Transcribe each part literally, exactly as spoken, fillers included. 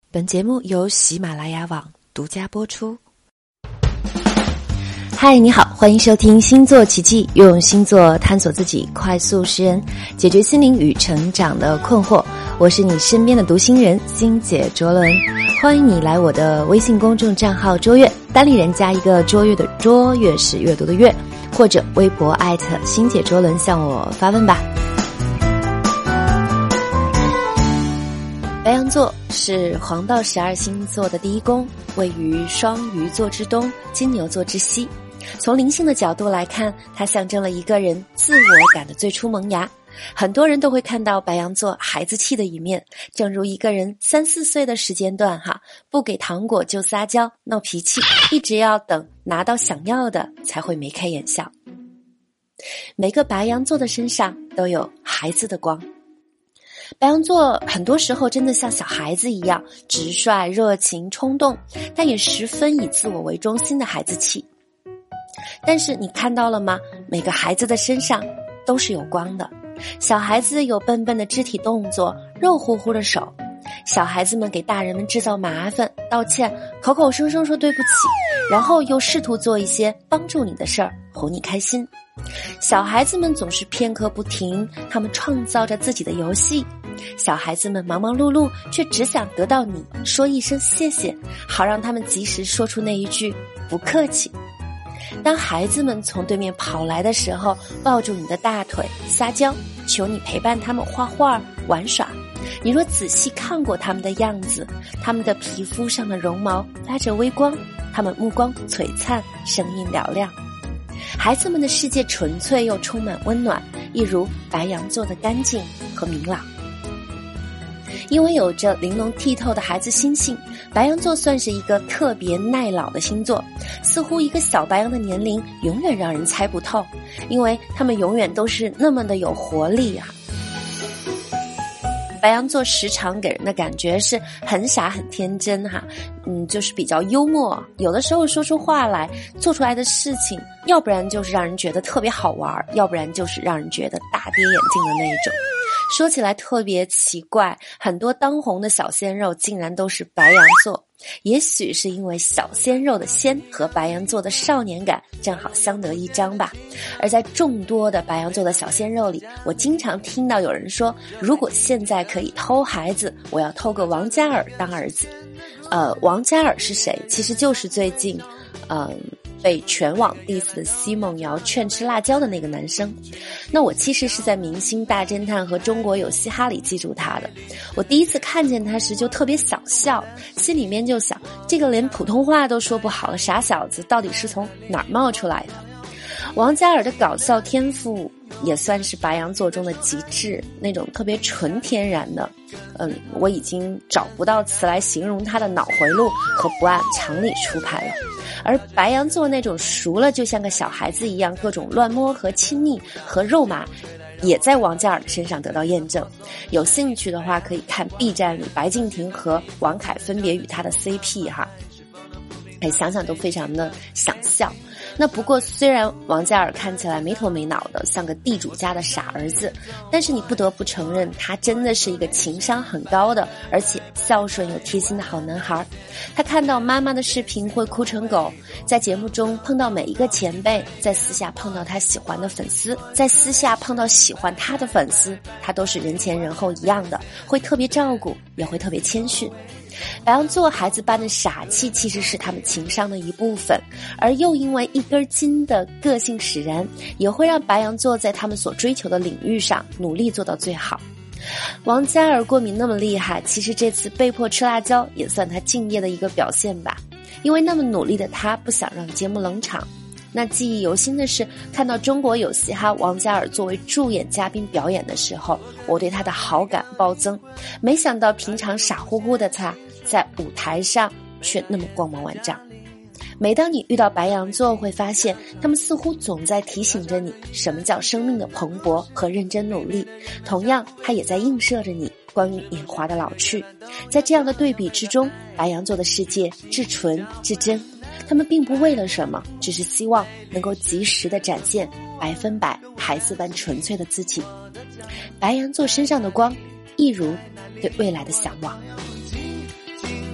本节目由喜马拉雅网独家播出。嗨，你好，欢迎收听星座奇迹，用星座探索自己，快速识人，解决心灵与成长的困惑。我是你身边的读心人星姐卓伦，欢迎你来我的微信公众账号卓越，单立人加一个卓越的卓，越是阅读的阅，或者微博艾特星姐卓伦向我发问吧。白羊座是黄道十二星座的第一宫，位于双鱼座之东，金牛座之西。从灵性的角度来看，它象征了一个人自我感的最初萌芽。很多人都会看到白羊座孩子气的一面，正如一个人三四岁的时间段哈，不给糖果就撒娇闹脾气，一直要等拿到想要的才会眉开眼笑。每个白羊座的身上都有孩子的光。白羊座很多时候真的像小孩子一样直率、热情、冲动，但也十分以自我为中心的孩子气。但是你看到了吗？每个孩子的身上都是有光的。小孩子有笨笨的肢体动作，肉乎乎的手。小孩子们给大人们制造麻烦，道歉，口口声声说对不起，然后又试图做一些帮助你的事儿，哄你开心。小孩子们总是片刻不停，他们创造着自己的游戏。小孩子们忙忙碌碌，却只想得到你说一声谢谢，好让他们及时说出那一句不客气。当孩子们从对面跑来的时候，抱住你的大腿撒娇，求你陪伴他们画画玩耍。你若仔细看过他们的样子，他们的皮肤上的绒毛发着微光，他们目光璀璨，声音嘹亮。孩子们的世界纯粹又充满温暖，一如白羊座的干净和明朗。因为有着玲珑剔透的孩子心性，白羊座算是一个特别耐老的星座。似乎一个小白羊的年龄永远让人猜不透，因为他们永远都是那么的有活力啊。白羊座时常给人的感觉是很傻很天真哈，嗯，就是比较幽默，有的时候说出话来，做出来的事情，要不然就是让人觉得特别好玩，要不然就是让人觉得大跌眼镜的那一种。说起来特别奇怪，很多当红的小鲜肉竟然都是白羊座，也许是因为小鲜肉的鲜和白羊座的少年感正好相得益彰吧。而在众多的白羊座的小鲜肉里，我经常听到有人说，如果现在可以偷孩子，我要偷个王嘉尔当儿子。呃，王嘉尔是谁？其实就是最近嗯、呃被全网 diss 的奚梦瑶劝吃辣椒的那个男生。那我其实是在明星大侦探和中国有嘻哈里记住他的。我第一次看见他时就特别想笑，心里面就想，这个连普通话都说不好的傻小子到底是从哪儿冒出来的。王嘉尔的搞笑天赋也算是白羊座中的极致，那种特别纯天然的，嗯，我已经找不到词来形容他的脑回路和不按常理出牌了。而白羊座那种熟了就像个小孩子一样各种乱摸和亲昵和肉麻，也在王嘉尔的身上得到验证。有兴趣的话可以看 B 站里白敬亭和王凯分别与他的 C P 哈，哎，想想都非常的想笑。那不过虽然王嘉尔看起来没头没脑的像个地主家的傻儿子，但是你不得不承认他真的是一个情商很高的而且孝顺又贴心的好男孩。他看到妈妈的视频会哭成狗，在节目中碰到每一个前辈，在私下碰到他喜欢的粉丝，在私下碰到喜欢他的粉丝，他都是人前人后一样的，会特别照顾，也会特别谦逊。白羊座孩子般的傻气其实是他们情商的一部分，而又因为一根筋的个性使然，也会让白羊座在他们所追求的领域上努力做到最好。王嘉尔过敏那么厉害，其实这次被迫吃辣椒也算他敬业的一个表现吧，因为那么努力的他不想让节目冷场。那记忆犹新的是，看到中国有嘻哈王嘉尔作为助演嘉宾表演的时候，我对他的好感暴增。没想到平常傻乎乎的他，在舞台上却那么光芒万丈。每当你遇到白羊座，会发现他们似乎总在提醒着你什么叫生命的蓬勃和认真努力，同样他也在映射着你关于年华的老去。在这样的对比之中，白羊座的世界至纯至真，他们并不为了什么，只是希望能够及时地展现百分百孩子般纯粹的自己。白羊座身上的光，一如对未来的向往。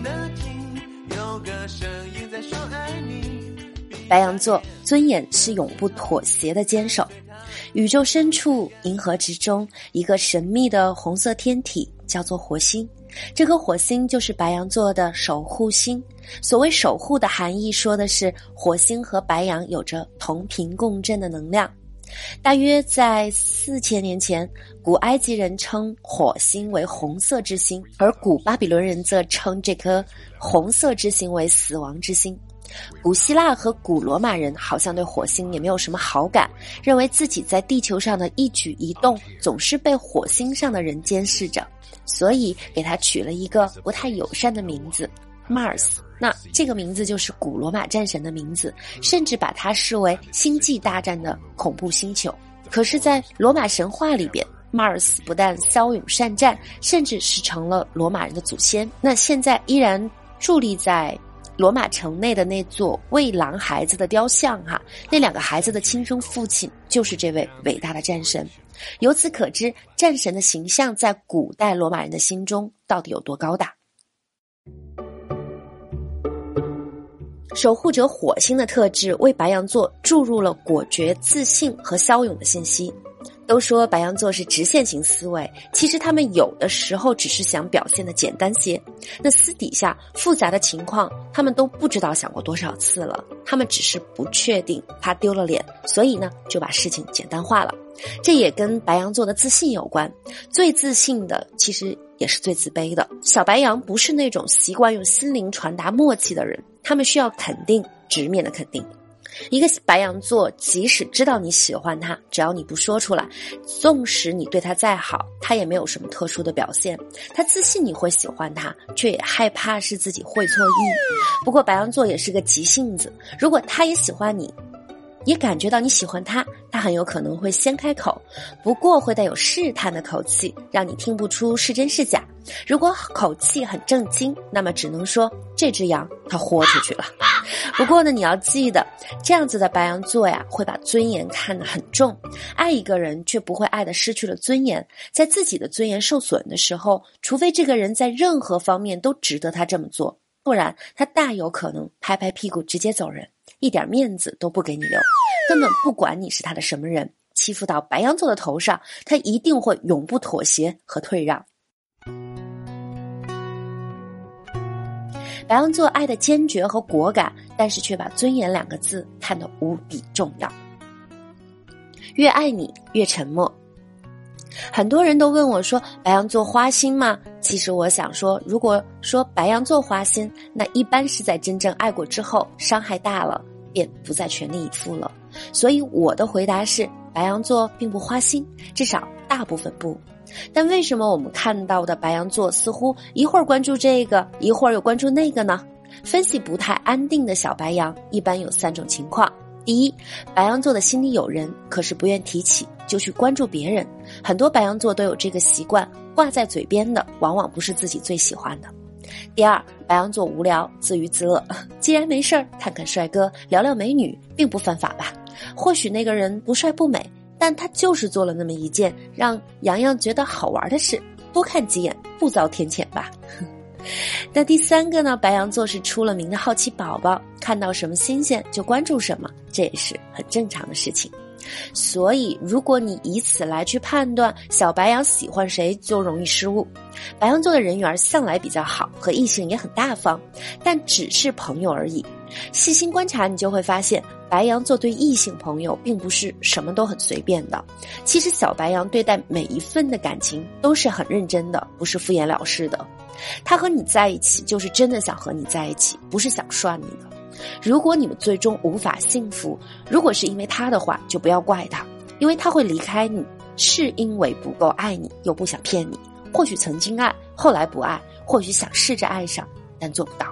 白羊座尊严是永不妥协的坚守。宇宙深处，银河之中，一个神秘的红色天体叫做火星。这颗火星就是白羊座的守护星。所谓守护的含义，说的是火星和白羊有着同频共振的能量。大约在四千年前，古埃及人称火星为红色之星，而古巴比伦人则称这颗红色之星为死亡之星。古希腊和古罗马人好像对火星也没有什么好感，认为自己在地球上的一举一动总是被火星上的人监视着，所以给他取了一个不太友善的名字 Mars。 那这个名字就是古罗马战神的名字，甚至把它视为星际大战的恐怖星球。可是在罗马神话里边， Mars 不但骁勇善战，甚至是成了罗马人的祖先。那现在依然伫立在罗马城内的那座喂狼孩子的雕像哈，那两个孩子的亲生父亲就是这位伟大的战神。由此可知，战神的形象在古代罗马人的心中到底有多高大。守护者火星的特质为白羊座注入了果决、自信和骁勇的信息。都说白羊座是直线型思维，其实他们有的时候只是想表现的简单些，那私底下复杂的情况他们都不知道想过多少次了，他们只是不确定，怕丢了脸，所以呢就把事情简单化了。这也跟白羊座的自信有关，最自信的其实也是最自卑的。小白羊不是那种习惯用心灵传达默契的人，他们需要肯定，直面的肯定。一个白羊座即使知道你喜欢他，只要你不说出来，纵使你对他再好，他也没有什么特殊的表现。他自信你会喜欢他，却也害怕是自己会错意。不过白羊座也是个急性子，如果他也喜欢你，也感觉到你喜欢他，他很有可能会先开口，不过会带有试探的口气，让你听不出是真是假。如果口气很正经，那么只能说这只羊它豁出去了。不过呢，你要记得，这样子的白羊座呀，会把尊严看得很重，爱一个人却不会爱得失去了尊严。在自己的尊严受损的时候，除非这个人在任何方面都值得他这么做，不然他大有可能拍拍屁股直接走人，一点面子都不给你留，根本不管你是他的什么人，欺负到白羊座的头上，他一定会永不妥协和退让。白羊座爱的坚决和果敢，但是却把尊严两个字看得无比重要。越爱你越沉默。很多人都问我说，白羊座花心吗？其实我想说，如果说白羊座花心，那一般是在真正爱过之后，伤害大了，便不再全力以赴了。所以我的回答是，白羊座并不花心，至少大部分不。但为什么我们看到的白羊座似乎一会儿关注这个，一会儿又关注那个呢？分析不太安定的小白羊一般有三种情况。第一，白羊座的心里有人，可是不愿提起，就去关注别人。很多白羊座都有这个习惯，挂在嘴边的往往不是自己最喜欢的。第二，白羊座无聊，自娱自乐，既然没事儿，看看帅哥，聊聊美女，并不犯法吧？或许那个人不帅不美，但他就是做了那么一件让洋洋觉得好玩的事，多看几眼，不遭天谴吧。那第三个呢，白羊座是出了名的好奇宝宝，看到什么新鲜就关注什么，这也是很正常的事情。所以如果你以此来去判断小白羊喜欢谁，就容易失误。白羊座的人缘向来比较好，和异性也很大方，但只是朋友而已。细心观察你就会发现，白羊座对异性朋友并不是什么都很随便的。其实小白羊对待每一份的感情都是很认真的，不是敷衍了事的。他和你在一起就是真的想和你在一起，不是想涮你的。如果你们最终无法幸福，如果是因为他的话，就不要怪他，因为他会离开你，是因为不够爱你，又不想骗你。或许曾经爱，后来不爱，或许想试着爱上，但做不到。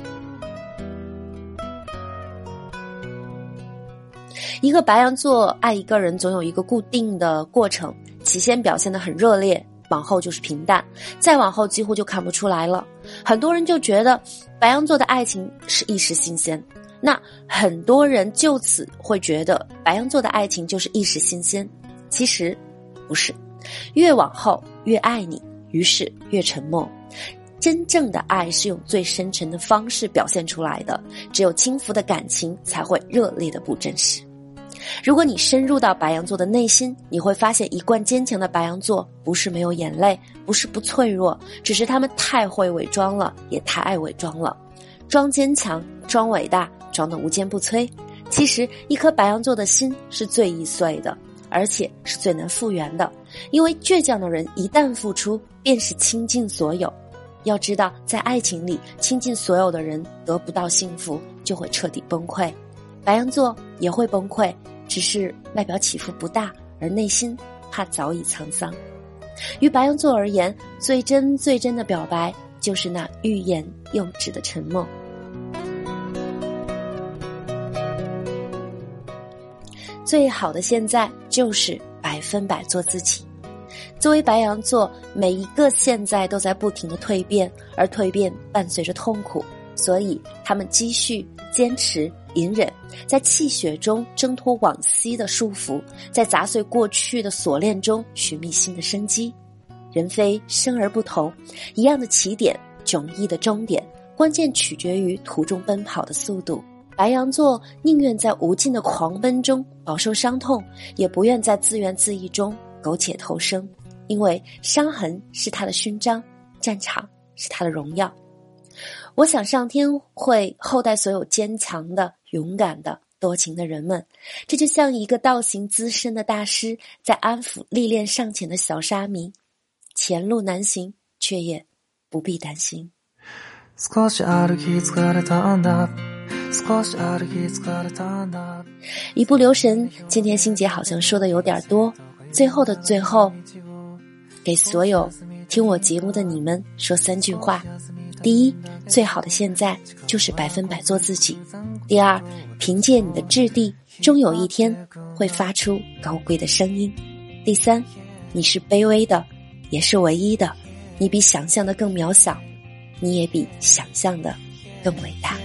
一个白羊座爱一个人总有一个固定的过程，起先表现得很热烈，往后就是平淡，再往后几乎就看不出来了。很多人就觉得白羊座的爱情是一时新鲜，那很多人就此会觉得白羊座的爱情就是一时新鲜，其实不是。越往后越爱你，于是越沉默。 真正的爱是用最深沉的方式表现出来的，只有轻浮的感情才会热烈的不真实。如果你深入到白羊座的内心，你会发现一贯坚强的白羊座不是没有眼泪，不是不脆弱，只是他们太会伪装了，也太爱伪装了，装坚强，装伟大，装得无坚不摧。其实一颗白羊座的心是最易碎的，而且是最难复原的，因为倔强的人一旦付出，便是倾尽所有。要知道，在爱情里，倾尽所有的人得不到幸福，就会彻底崩溃。白羊座也会崩溃，只是外表起伏不大，而内心怕早已沧桑。于白羊座而言，最真最真的表白，就是那欲言又止的沉默。最好的现在就是百分百做自己。作为白羊座，每一个现在都在不停的蜕变，而蜕变伴随着痛苦，所以他们积蓄、坚持、隐忍，在气血中挣脱往昔的束缚，在砸碎过去的锁链中寻觅新的生机。人非生而不同，一样的起点，迥异的终点，关键取决于途中奔跑的速度。白羊座宁愿在无尽的狂奔中饱受伤痛，也不愿在自怨自艾中苟且偷生，因为伤痕是他的勋章，战场是他的荣耀。我想上天会厚待所有坚强的、勇敢的、多情的人们，这就像一个道行资深的大师在安抚历练尚浅的小沙弥，前路难行，却也不必担心。一不留神，今天欣姐好像说的有点多，最后的最后，给所有听我节目的你们说三句话。第一，最好的现在就是百分百做自己。第二，凭借你的质地，终有一天会发出高贵的声音。第三，你是卑微的，也是唯一的，你比想象的更渺小，你也比想象的更伟大。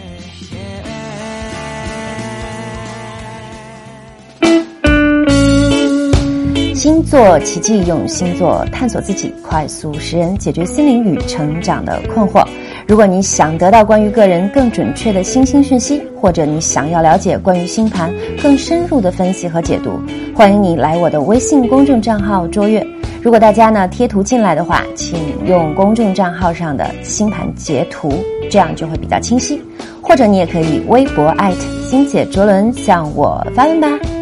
星座奇迹，用星座探索自己，快速识人，解决心灵与成长的困惑。如果你想得到关于个人更准确的星星讯息，或者你想要了解关于星盘更深入的分析和解读，欢迎你来我的微信公众账号卓越。如果大家呢贴图进来的话，请用公众账号上的星盘截图，这样就会比较清晰。或者你也可以微博艾特星姐卓伦向我发问吧。